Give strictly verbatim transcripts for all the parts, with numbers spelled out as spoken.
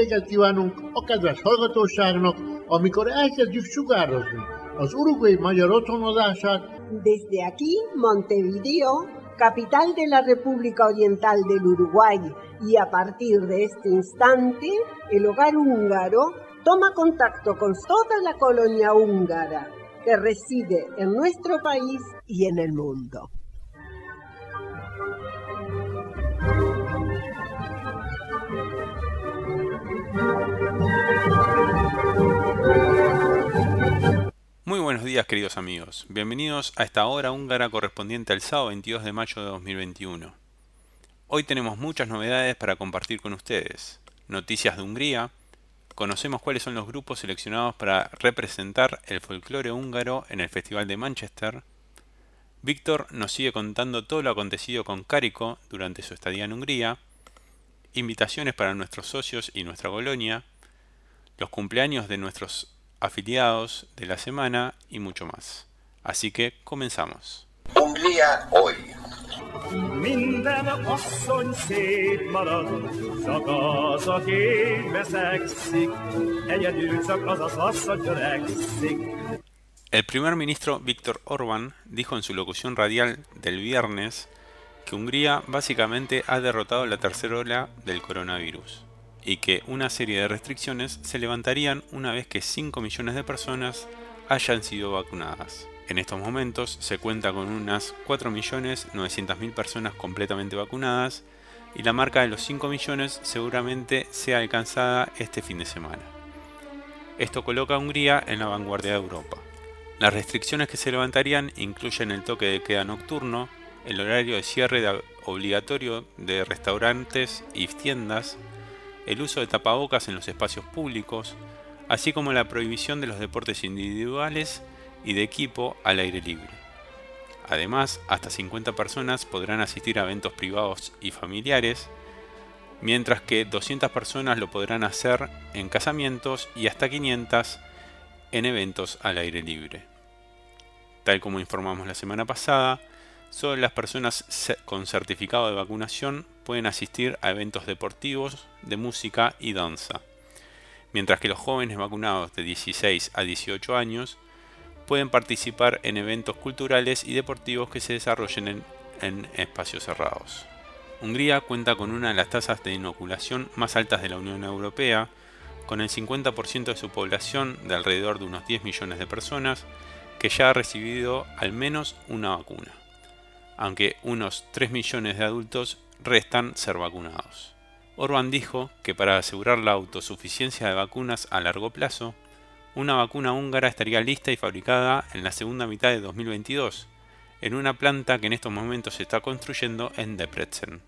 reggelt kívánunk a kedves hallgatóságnak, amikor elkezdjük sugározni az uruguay magyar otthonozását. Desde aquí, Montevideo, capital de la República Oriental del Uruguay, y a partir de este instante, el hogar húngaro toma contacto con toda la colonia húngara que reside en nuestro país y en el mundo. Muy buenos días, queridos amigos. Bienvenidos a esta hora húngara correspondiente al sábado veintidós de mayo de dos mil veintiuno. Hoy tenemos muchas novedades para compartir con ustedes. Noticias de Hungría. Conocemos cuáles son los grupos seleccionados para representar el folclore húngaro en el Festival de Manchester. Víctor nos sigue contando todo lo acontecido con Kárico durante su estadía en Hungría. Invitaciones para nuestros socios y nuestra colonia. Los cumpleaños de nuestros afiliados de la semana y mucho más. Así que comenzamos. Hungría hoy. Minden asszony szép marad, csak az, aki veszekszik, egyedül csak az az asszony törekszik. El primer ministro Viktor Orbán dijo en su locución radial del viernes que Hungría básicamente ha derrotado la tercera ola del coronavirus y que una serie de restricciones se levantarían una vez que cinco millones de personas hayan sido vacunadas. En estos momentos se cuenta con unas cuatro millones novecientas mil personas completamente vacunadas y la marca de los cinco millones seguramente sea alcanzada este fin de semana. Esto coloca a Hungría en la vanguardia de Europa. Las restricciones que se levantarían incluyen el toque de queda nocturno, el horario de cierre de obligatorio de restaurantes y tiendas, el uso de tapabocas en los espacios públicos, así como la prohibición de los deportes individuales y de equipo al aire libre. Además, hasta cincuenta personas podrán asistir a eventos privados y familiares, mientras que doscientas personas lo podrán hacer en casamientos y hasta quinientas en eventos al aire libre. Tal como informamos la semana pasada, solo las personas con certificado de vacunación pueden asistir a eventos deportivos, de música y danza, mientras que los jóvenes vacunados de dieciséis a dieciocho años pueden participar en eventos culturales y deportivos que se desarrollen en, en espacios cerrados. Hungría cuenta con una de las tasas de inoculación más altas de la Unión Europea, con el cincuenta por ciento de su población, de alrededor de unos diez millones de personas, que ya ha recibido al menos una vacuna, aunque unos tres millones de adultos restan ser vacunados. Orbán dijo que para asegurar la autosuficiencia de vacunas a largo plazo, una vacuna húngara estaría lista y fabricada en la segunda mitad de dos mil veintidós, en una planta que en estos momentos se está construyendo en Debrecen.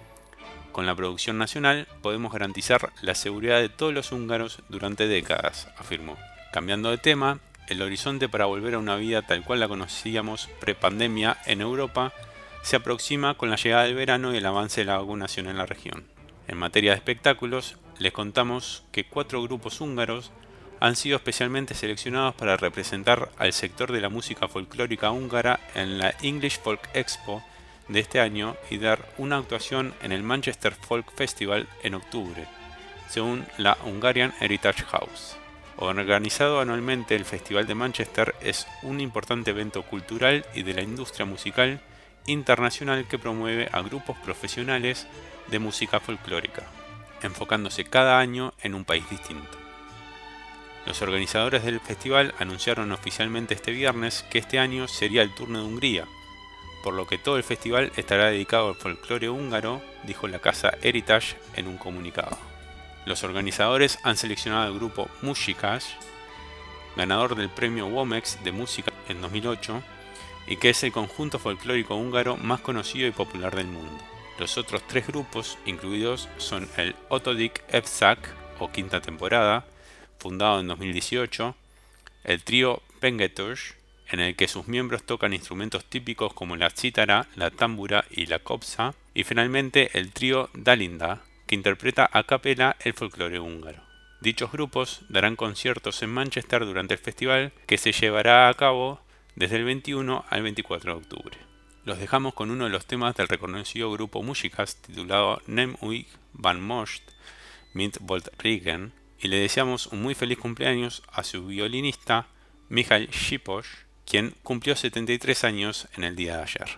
Con la producción nacional podemos garantizar la seguridad de todos los húngaros durante décadas, afirmó. Cambiando de tema, el horizonte para volver a una vida tal cual la conocíamos pre-pandemia en Europa se aproxima con la llegada del verano y el avance de la vacunación en la región. En materia de espectáculos, les contamos que cuatro grupos húngaros han sido especialmente seleccionados para representar al sector de la música folclórica húngara en la English Folk Expo de este año y dar una actuación en el Manchester Folk Festival en octubre, según la Hungarian Heritage House. Organizado anualmente, el Festival de Manchester es un importante evento cultural y de la industria musical internacional que promueve a grupos profesionales de música folclórica, enfocándose cada año en un país distinto. Los organizadores del festival anunciaron oficialmente este viernes que este año sería el turno de Hungría, por lo que todo el festival estará dedicado al folclore húngaro, dijo la casa Heritage en un comunicado. Los organizadores han seleccionado al grupo Musikas, ganador del premio Womex de música en dos mil ocho, y que es el conjunto folclórico húngaro más conocido y popular del mundo. Los otros tres grupos incluidos son el Ötödik Évszak, o quinta temporada, fundado en dos mil dieciocho, el trío Pengetős, en el que sus miembros tocan instrumentos típicos como la cítara, la támbura y la kopsa, y finalmente el trío Dalinda, que interpreta a capela el folclore húngaro. Dichos grupos darán conciertos en Manchester durante el festival, que se llevará a cabo desde el veintiuno al veinticuatro de octubre. Los dejamos con uno de los temas del reconocido grupo Musikas titulado Nem új van most, Mint Volt-Regen, y le deseamos un muy feliz cumpleaños a su violinista Michal Sipos, quien cumplió setenta y tres años en el día de ayer.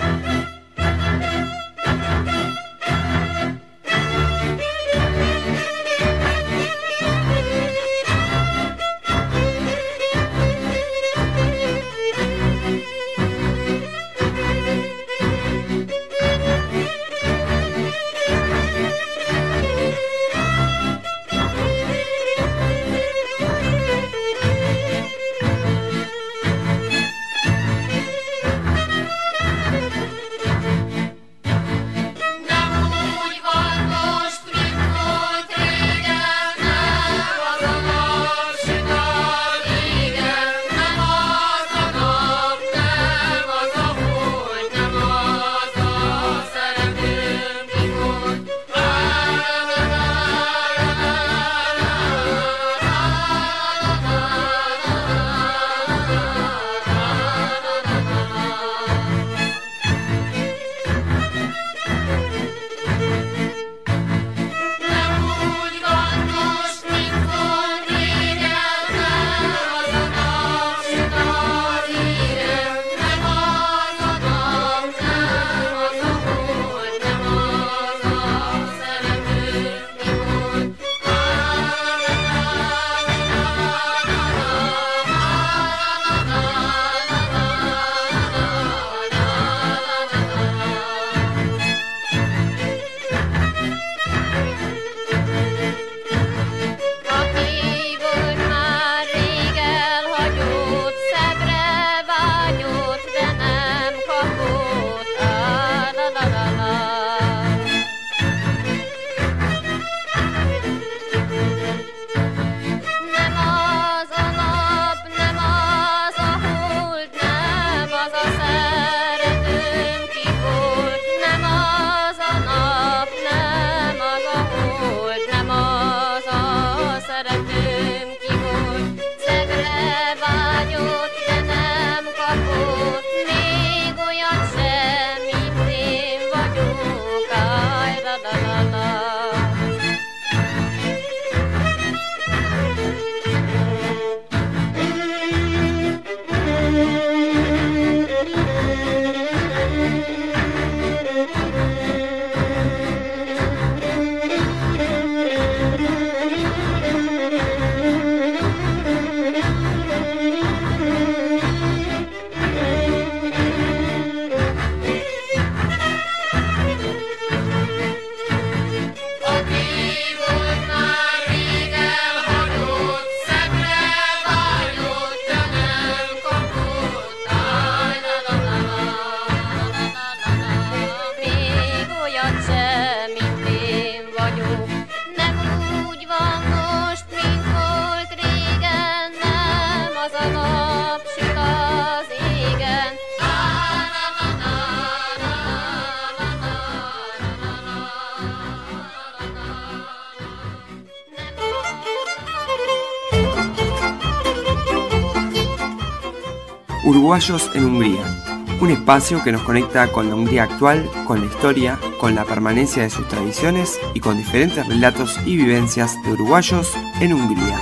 Uruguayos en Hungría, un espacio que nos conecta con la Hungría actual, con la historia, con la permanencia de sus tradiciones y con diferentes relatos y vivencias de uruguayos en Hungría.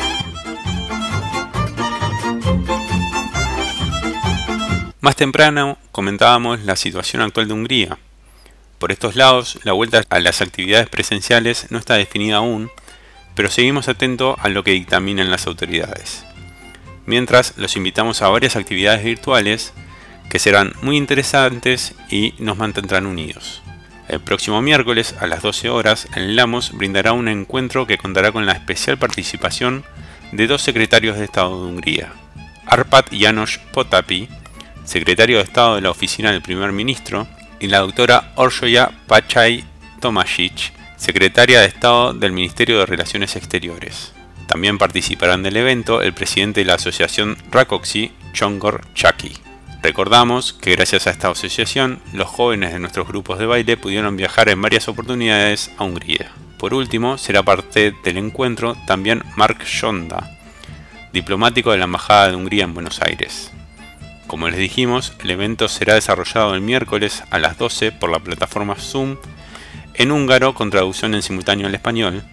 Más temprano comentábamos la situación actual de Hungría. Por estos lados, la vuelta a las actividades presenciales no está definida aún, pero seguimos atentos a lo que dictaminan las autoridades. Mientras, los invitamos a varias actividades virtuales que serán muy interesantes y nos mantendrán unidos. El próximo miércoles a las doce horas, el Lamos brindará un encuentro que contará con la especial participación de dos secretarios de Estado de Hungría. Árpád János Potápi, secretario de Estado de la Oficina del Primer Ministro, y la doctora Orsolya Pachai Tomásics, secretaria de Estado del Ministerio de Relaciones Exteriores. También participarán del evento el presidente de la asociación Rákóczi, Csongor Csaki. Recordamos que gracias a esta asociación, los jóvenes de nuestros grupos de baile pudieron viajar en varias oportunidades a Hungría. Por último, será parte del encuentro también Mark Sonda, diplomático de la Embajada de Hungría en Buenos Aires. Como les dijimos, el evento será desarrollado el miércoles a las doce por la plataforma Zoom en húngaro con traducción en simultáneo al español.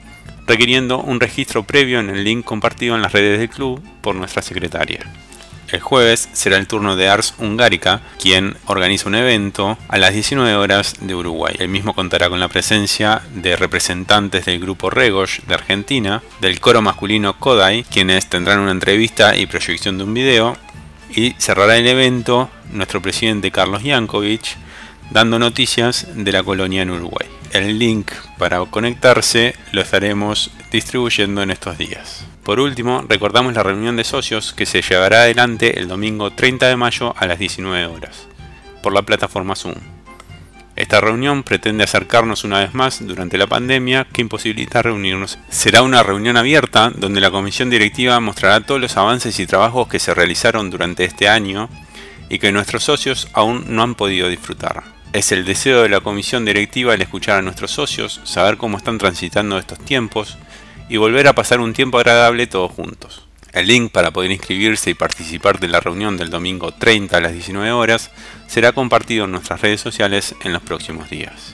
requiriendo un registro previo en el link compartido en las redes del club por nuestra secretaria. El jueves será el turno de Ars Hungarica, quien organiza un evento a las diecinueve horas de Uruguay. El mismo contará con la presencia de representantes del grupo Regosh de Argentina, del coro masculino Kodai, quienes tendrán una entrevista y proyección de un video, y cerrará el evento nuestro presidente Carlos Yankovic, dando noticias de la colonia en Uruguay. El link para conectarse lo estaremos distribuyendo en estos días. Por último, recordamos la reunión de socios que se llevará adelante el domingo treinta de mayo a las diecinueve horas, por la plataforma Zoom. Esta reunión pretende acercarnos una vez más durante la pandemia que imposibilita reunirnos. Será una reunión abierta donde la comisión directiva mostrará todos los avances y trabajos que se realizaron durante este año y que nuestros socios aún no han podido disfrutar. Es el deseo de la comisión directiva el escuchar a nuestros socios, saber cómo están transitando estos tiempos y volver a pasar un tiempo agradable todos juntos. El link para poder inscribirse y participar de la reunión del domingo treinta a las diecinueve horas será compartido en nuestras redes sociales en los próximos días.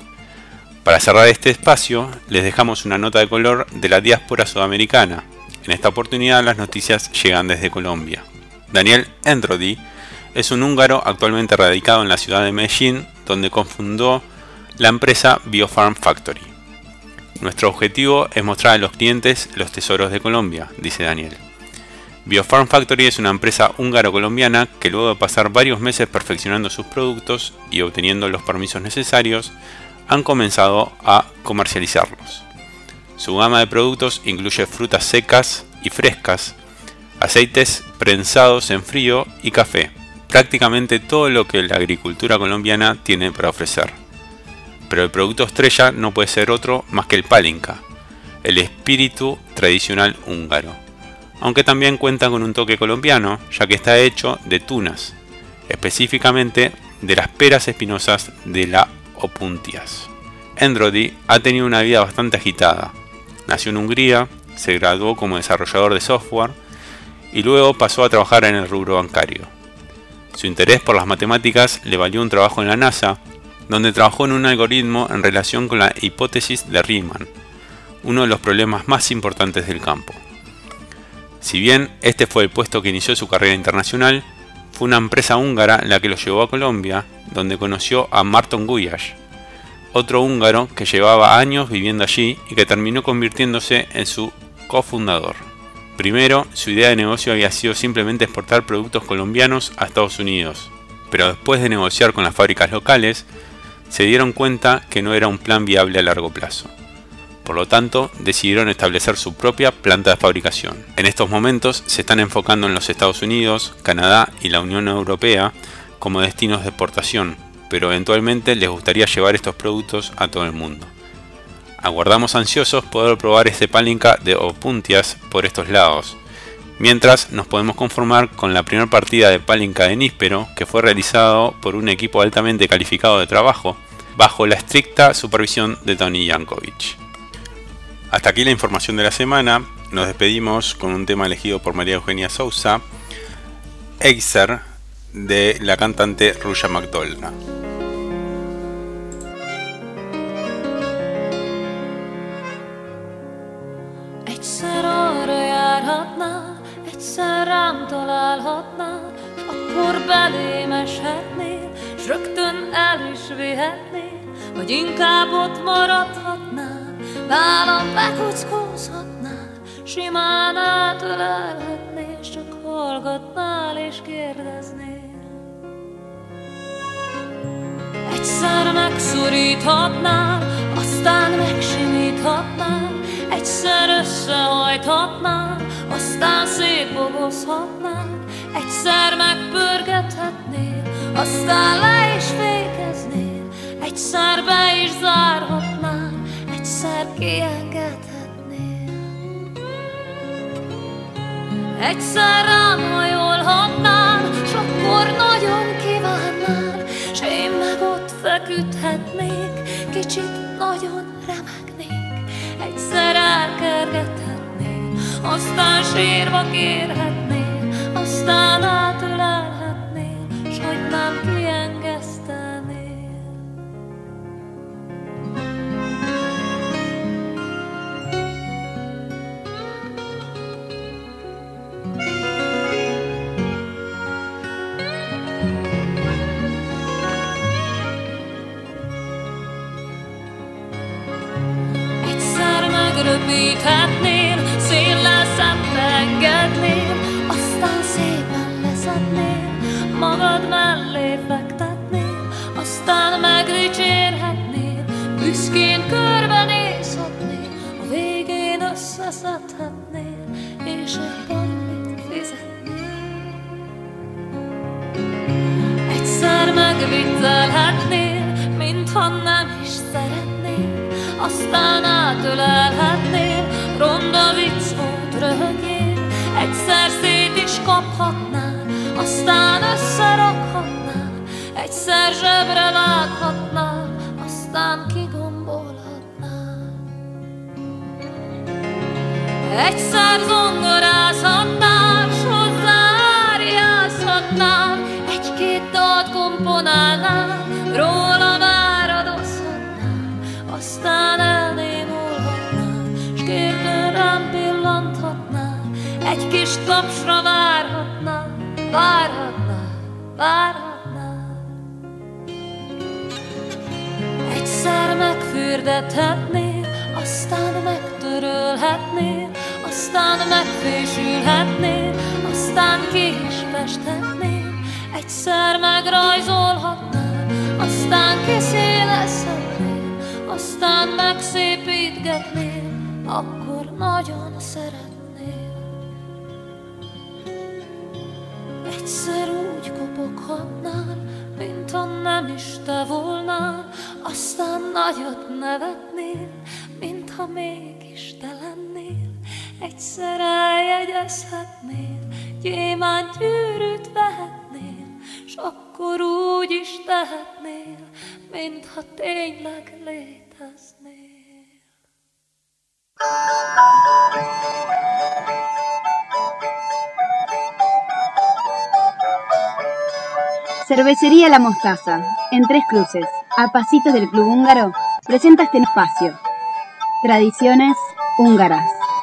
Para cerrar este espacio, les dejamos una nota de color de la diáspora sudamericana. En esta oportunidad las noticias llegan desde Colombia. Daniel Endrodi es un húngaro actualmente radicado en la ciudad de Medellín, donde cofundó la empresa Biofarm Factory. Nuestro objetivo es mostrar a los clientes los tesoros de Colombia, dice Daniel. Biofarm Factory es una empresa húngaro-colombiana que luego de pasar varios meses perfeccionando sus productos y obteniendo los permisos necesarios, han comenzado a comercializarlos. Su gama de productos incluye frutas secas y frescas, aceites prensados en frío y café. Prácticamente todo lo que la agricultura colombiana tiene para ofrecer. Pero el producto estrella no puede ser otro más que el pálinka, el espíritu tradicional húngaro, aunque también cuenta con un toque colombiano, ya que está hecho de tunas, específicamente de las peras espinosas de la Opuntias. Endrodi ha tenido una vida bastante agitada. Nació en Hungría, se graduó como desarrollador de software y luego pasó a trabajar en el rubro bancario. Su interés por las matemáticas le valió un trabajo en la NASA, donde trabajó en un algoritmo en relación con la hipótesis de Riemann, uno de los problemas más importantes del campo. Si bien este fue el puesto que inició su carrera internacional, fue una empresa húngara la que lo llevó a Colombia, donde conoció a Márton Gulyás, otro húngaro que llevaba años viviendo allí y que terminó convirtiéndose en su cofundador. Primero, su idea de negocio había sido simplemente exportar productos colombianos a Estados Unidos, pero después de negociar con las fábricas locales, se dieron cuenta que no era un plan viable a largo plazo. Por lo tanto, decidieron establecer su propia planta de fabricación. En estos momentos se están enfocando en los Estados Unidos, Canadá y la Unión Europea como destinos de exportación, pero eventualmente les gustaría llevar estos productos a todo el mundo. Aguardamos ansiosos poder probar este pálinka de Opuntias por estos lados, mientras nos podemos conformar con la primera partida de pálinka de níspero que fue realizado por un equipo altamente calificado de trabajo bajo la estricta supervisión de Tony Yankovic. Hasta aquí la información de la semana. Nos despedimos con un tema elegido por María Eugenia Sousa, Eiser, de la cantante Ruja Magdolna. Egyszer arra járhatnál, egyszer rám találhatnál, s akkor belém eshetnél, s rögtön el is vihetnél, vagy inkább ott maradhatnál, nálam bekuckózhatnál, simán átölelhetnél, s csak hallgatnál és kérdeznél. Egyszer megszoríthatnál, aztán megsimíthatnál, egyszer összehajthatnál, aztán szétbogozhatnál, egyszer megpörgethetnél, aztán le is fékeznél, egyszer be is zárhatnál, egyszer kiengedhetnél. Egyszer rám hajolhatnál, s akkor nagyon kívánnál, s én meg ott feküdhetnék, kicsit nagyon remegnék. Egyszer elkergethetnél, aztán sírva kérhetnél, aztán átölelhetnél, s hogy nem kiengesztenél. Meggyémíthetnél, széllel szembeengednél, aztán szépen leszednél, magad mellé fektetnél, aztán megdicsérhetnél, büszkén körbenézhetnél, a végén összeszedhetnél, és egy ballit fizetnél. Egyszer megviccelhetnél, mintha nem is szeretnél, aztán átölelhetnél, ronda vicc volt, röhögjél, egyszer szét is kaphatnál, aztán összerakhatnál, egyszer zsebre vághatnál, aztán kigombolhatnál. Egyszer zongorázhatnál, s hozzá áriázhatnál, egy-két dalt komponálnál, róla váradozhatnál, aztán elnémulhatnál, s kérdőn rám pillanthatnál, egy kis tapsra várhatnál, várhatnál, várhatnál. Egyszer megfürdethetnél, aztán megtörölhetnél, aztán megfésülhetnél, aztán ki is festhetnél, egyszer megrajzolhatnál, aztán kiszélezhetnél, aztán megszépítgetnél, akkor nagyon szeretnél. Egyszer úgy kopoghatnál, mintha nem is te volnál, aztán nagyot nevetnél, mintha mégis te lennél. Egyszer eljegyezhetnél, gyémánt gyűrűt vehetnél, s akkor úgy is tehetnél, mintha tényleg léteznél. Cervecería La Mostaza, en Tres Cruces, a pasitos del Club Húngaro, presenta este espacio. Tradiciones húngaras.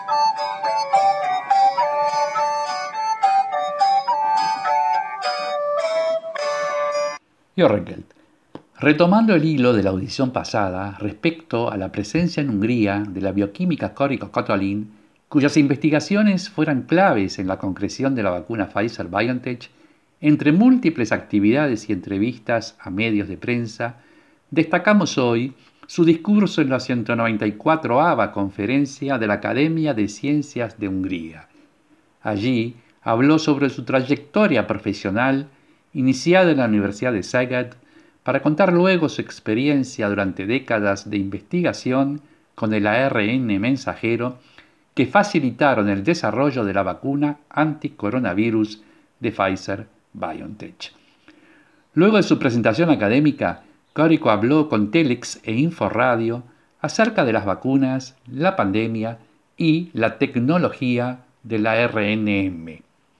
Jó reggelt. Retomando el hilo de la audición pasada respecto a la presencia en Hungría de la bioquímica Corico Katalin, cuyas investigaciones fueran claves en la concreción de la vacuna Pfizer-BioNTech, entre múltiples actividades y entrevistas a medios de prensa, destacamos hoy su discurso en la ciento noventa y cuatroava Conferencia de la Academia de Ciencias de Hungría. Allí habló sobre su trayectoria profesional iniciada en la Universidad de Szeged, para contar luego su experiencia durante décadas de investigación con el A R N mensajero que facilitaron el desarrollo de la vacuna anticoronavirus de Pfizer-BioNTech. Luego de su presentación académica, Corico habló con Telex e Inforadio acerca de las vacunas, la pandemia y la tecnología de la R N M.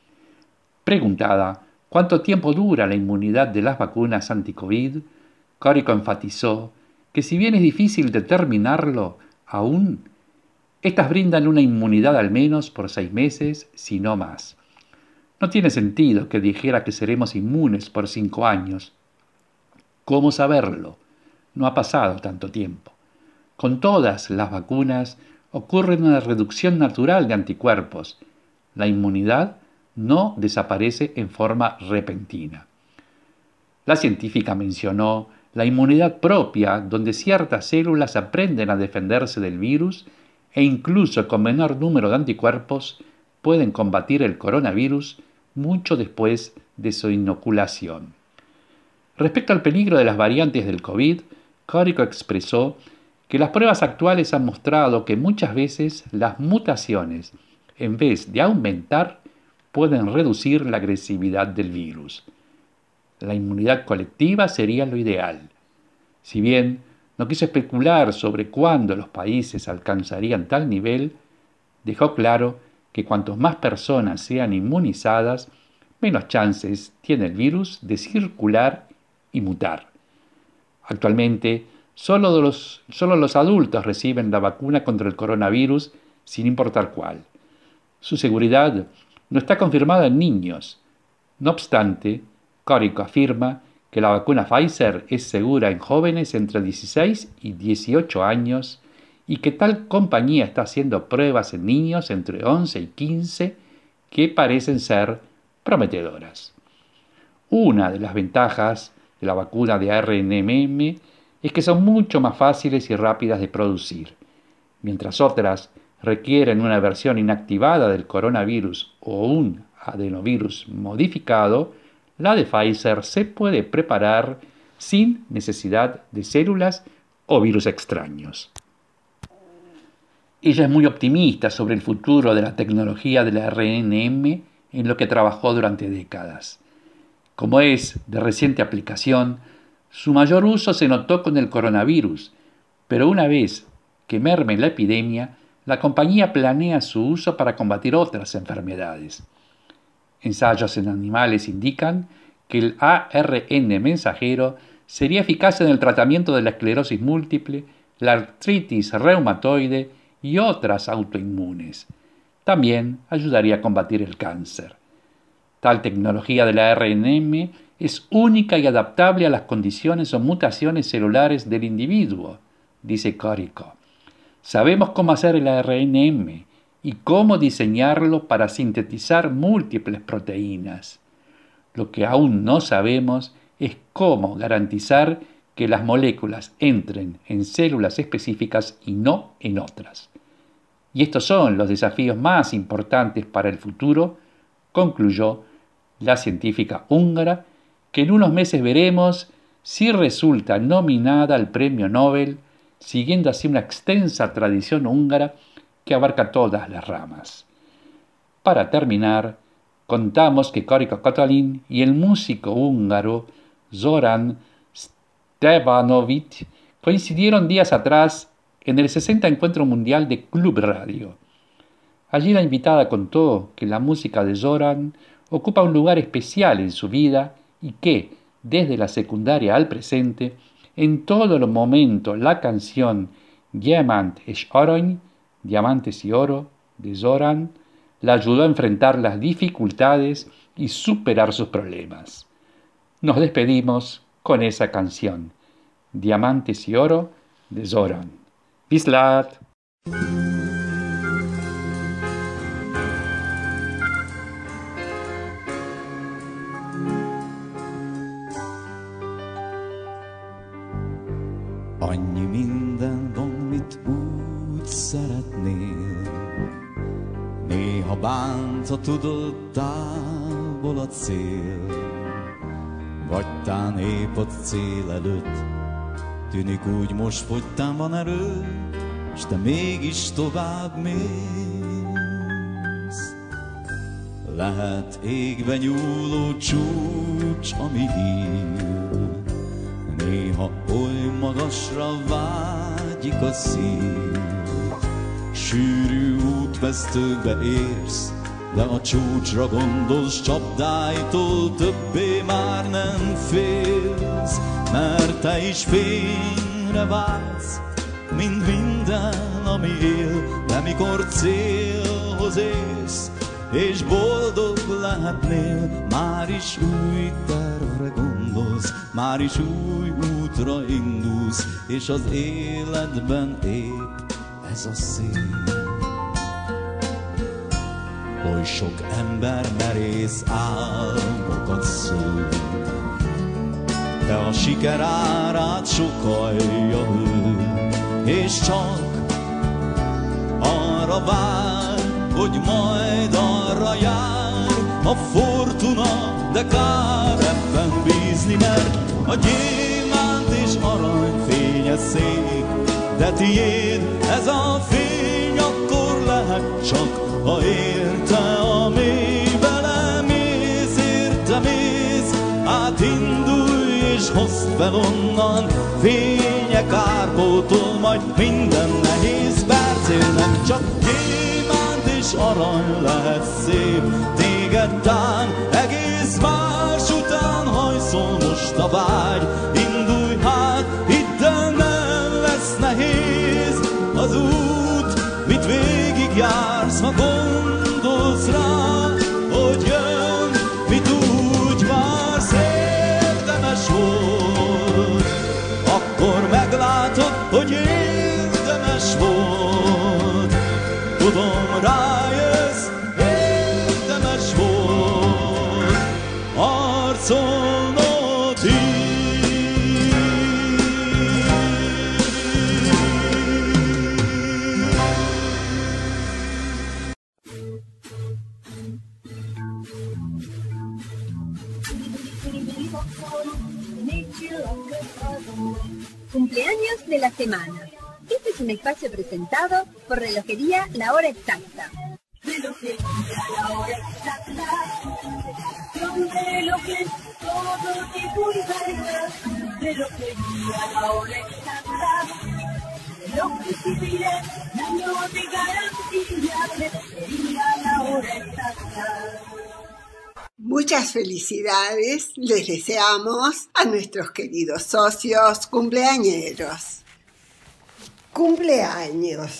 Preguntada ¿cuánto tiempo dura la inmunidad de las vacunas anti-COVID?, Corico enfatizó que si bien es difícil determinarlo aún, estas brindan una inmunidad al menos por seis meses, si no más. No tiene sentido que dijera que seremos inmunes por cinco años. ¿Cómo saberlo? No ha pasado tanto tiempo. Con todas las vacunas ocurre una reducción natural de anticuerpos. La inmunidad no desaparece en forma repentina. La científica mencionó la inmunidad propia, donde ciertas células aprenden a defenderse del virus e incluso con menor número de anticuerpos pueden combatir el coronavirus mucho después de su inoculación. Respecto al peligro de las variantes del COVID, Corico expresó que las pruebas actuales han mostrado que muchas veces las mutaciones, en vez de aumentar, pueden reducir la agresividad del virus. La inmunidad colectiva sería lo ideal. Si bien no quiso especular sobre cuándo los países alcanzarían tal nivel, dejó claro que cuantos más personas sean inmunizadas, menos chances tiene el virus de circular y mutar. Actualmente, solo los, solo los adultos reciben la vacuna contra el coronavirus, sin importar cuál. Su seguridad no está confirmada en niños. No obstante, Corico afirma que la vacuna Pfizer es segura en jóvenes entre dieciséis y dieciocho años y que tal compañía está haciendo pruebas en niños entre once y quince que parecen ser prometedoras. Una de las ventajas de la vacuna de A R N M es que son mucho más fáciles y rápidas de producir, mientras otras requieren una versión inactivada del coronavirus o un adenovirus modificado. La de Pfizer se puede preparar sin necesidad de células o virus extraños. Ella es muy optimista sobre el futuro de la tecnología de la A R N M en lo que trabajó durante décadas. Como es de reciente aplicación, su mayor uso se notó con el coronavirus, pero una vez que merme la epidemia, la compañía planea su uso para combatir otras enfermedades. Ensayos en animales indican que el A R N mensajero sería eficaz en el tratamiento de la esclerosis múltiple, la artritis reumatoide y otras autoinmunes. También ayudaría a combatir el cáncer. Tal tecnología de la A R N M es única y adaptable a las condiciones o mutaciones celulares del individuo, dice Corico. Sabemos cómo hacer el A R N M y cómo diseñarlo para sintetizar múltiples proteínas. Lo que aún no sabemos es cómo garantizar que las moléculas entren en células específicas y no en otras. Y estos son los desafíos más importantes para el futuro, concluyó la científica húngara, que en unos meses veremos si resulta nominada al Premio Nobel, siguiendo así una extensa tradición húngara que abarca todas las ramas. Para terminar, contamos que Corico Katalin y el músico húngaro Zoran Stevanovic coincidieron días atrás en el sesenta Encuentro Mundial de Club Radio. Allí la invitada contó que la música de Zoran ocupa un lugar especial en su vida y que, desde la secundaria al presente, en todo el momento la canción Gyémánt és Arany, Diamantes y Oro, de Zoran, la ayudó a enfrentar las dificultades y superar sus problemas. Nos despedimos con esa canción, Diamantes y Oro, de Zoran. Viszlát! Annyi minden van, mit úgy szeretnél. Néha bántva tudod, távol a cél. Vagy tán épp a cél előtt, tűnik úgy most fogytán van erő, s te mégis tovább mész. Lehet égbe nyúló csúcs, ami hív, néha oly magasra vágyik a szív. Sűrű útvesztőkbe érsz, de a csúcsra gondolsz, csapdáitól többé már nem félsz, mert te is fényre vágysz, mint minden, ami él. De mikor célhoz érsz, és boldog lehetnél, már is új tervre gondolsz, már is új útra indulsz, és az életben épp ez a szép. Oly sok ember merész álmokat szül, de a siker árát sokkalja ő, és csak arra vár, hogy majd arra jár a fortuna, de kár ebben bízni, mert a gyémánt és arany fénye szép, de tiéd ez a fény akkor lehet csak, ha érte a mélybe lemész, érte mész, átindulj és hozd fel onnan, fények árpótol majd minden nehéz percél, nem csak gyémánt és arany lehet szép, téged tán egész más után hajszol most a vágy, indulj hát, hidd el, nem lesz nehéz az út, mit végig jársz, ha gondolsz rá, hogy jön, mit úgy vársz, érdemes volt, akkor meglátod, hogy érdemes volt. Cumpleaños de la semana. Este es un espacio presentado por Relojería La Hora Exacta. Relojería La Hora Exacta. Son relojes, todo tipo y variedad. Relojería La Hora Exacta. Relojes civiles, años de garantía. Relojería La Hora Exacta. Muchas felicidades les deseamos a nuestros queridos socios cumpleañeros. Cumpleaños.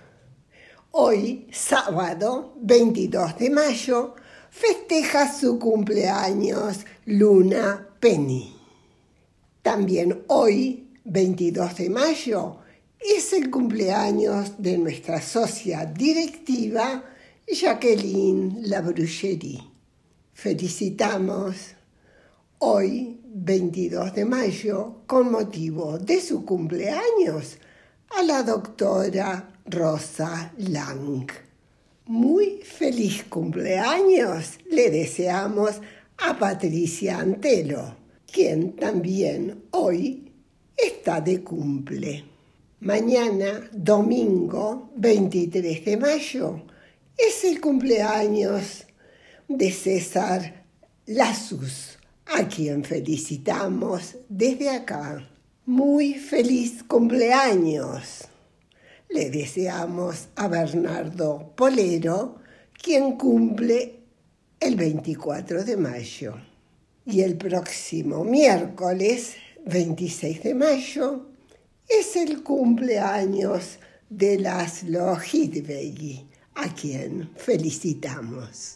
Hoy, sábado veintidós de mayo, festeja su cumpleaños Luna Penny. También hoy, veintidós de mayo, es el cumpleaños de nuestra socia directiva Jacqueline Labrucherie. Felicitamos hoy, veintidós de mayo, con motivo de su cumpleaños, a la doctora Rosa Lang. Muy feliz cumpleaños le deseamos a Patricia Antelo, quien también hoy está de cumple. Mañana, domingo veintitrés de mayo, es el cumpleaños de César Lazus, a quien felicitamos desde acá. Muy feliz cumpleaños. Le deseamos a Bernardo Polero, quien cumple el veinticuatro de mayo. Y el próximo miércoles, veintiséis de mayo, es el cumpleaños de Laszlo Hidvegi, a quien felicitamos.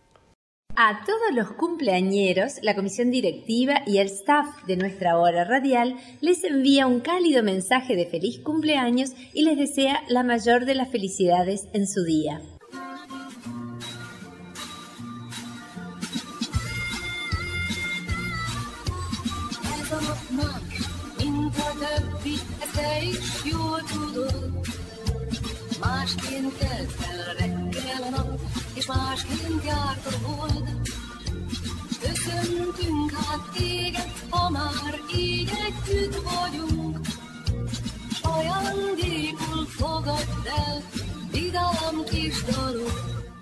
A todos los cumpleañeros, la comisión directiva y el staff de nuestra hora radial les envía un cálido mensaje de feliz cumpleaños y les desea la mayor de las felicidades en su día. Másként telt el reggel a nap, és másként járt a hold. Köszöntünk hát téged, ha már így együtt vagyunk. S ajándékul fogadd el, vidám kis dalok.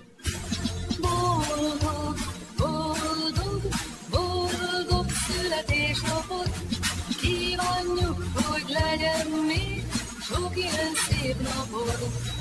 Boldog, boldog, boldog születésnapot, kívánjuk, hogy legyen még sok ilyen szép napod.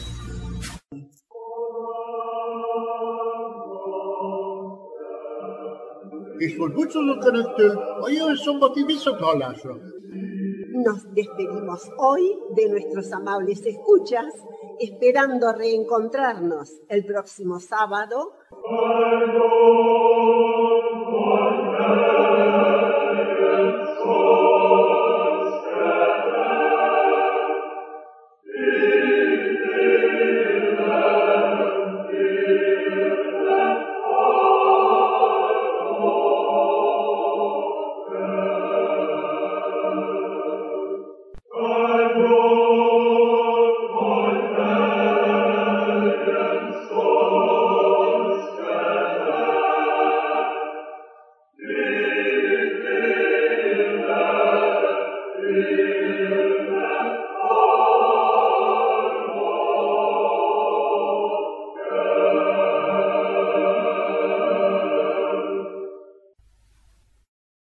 És most búcsúzunk önöktől, a jövő szombati viszonthallásra. Nos despedimos hoy de nuestros amables escuchas, esperando reencontrarnos el próximo sábado.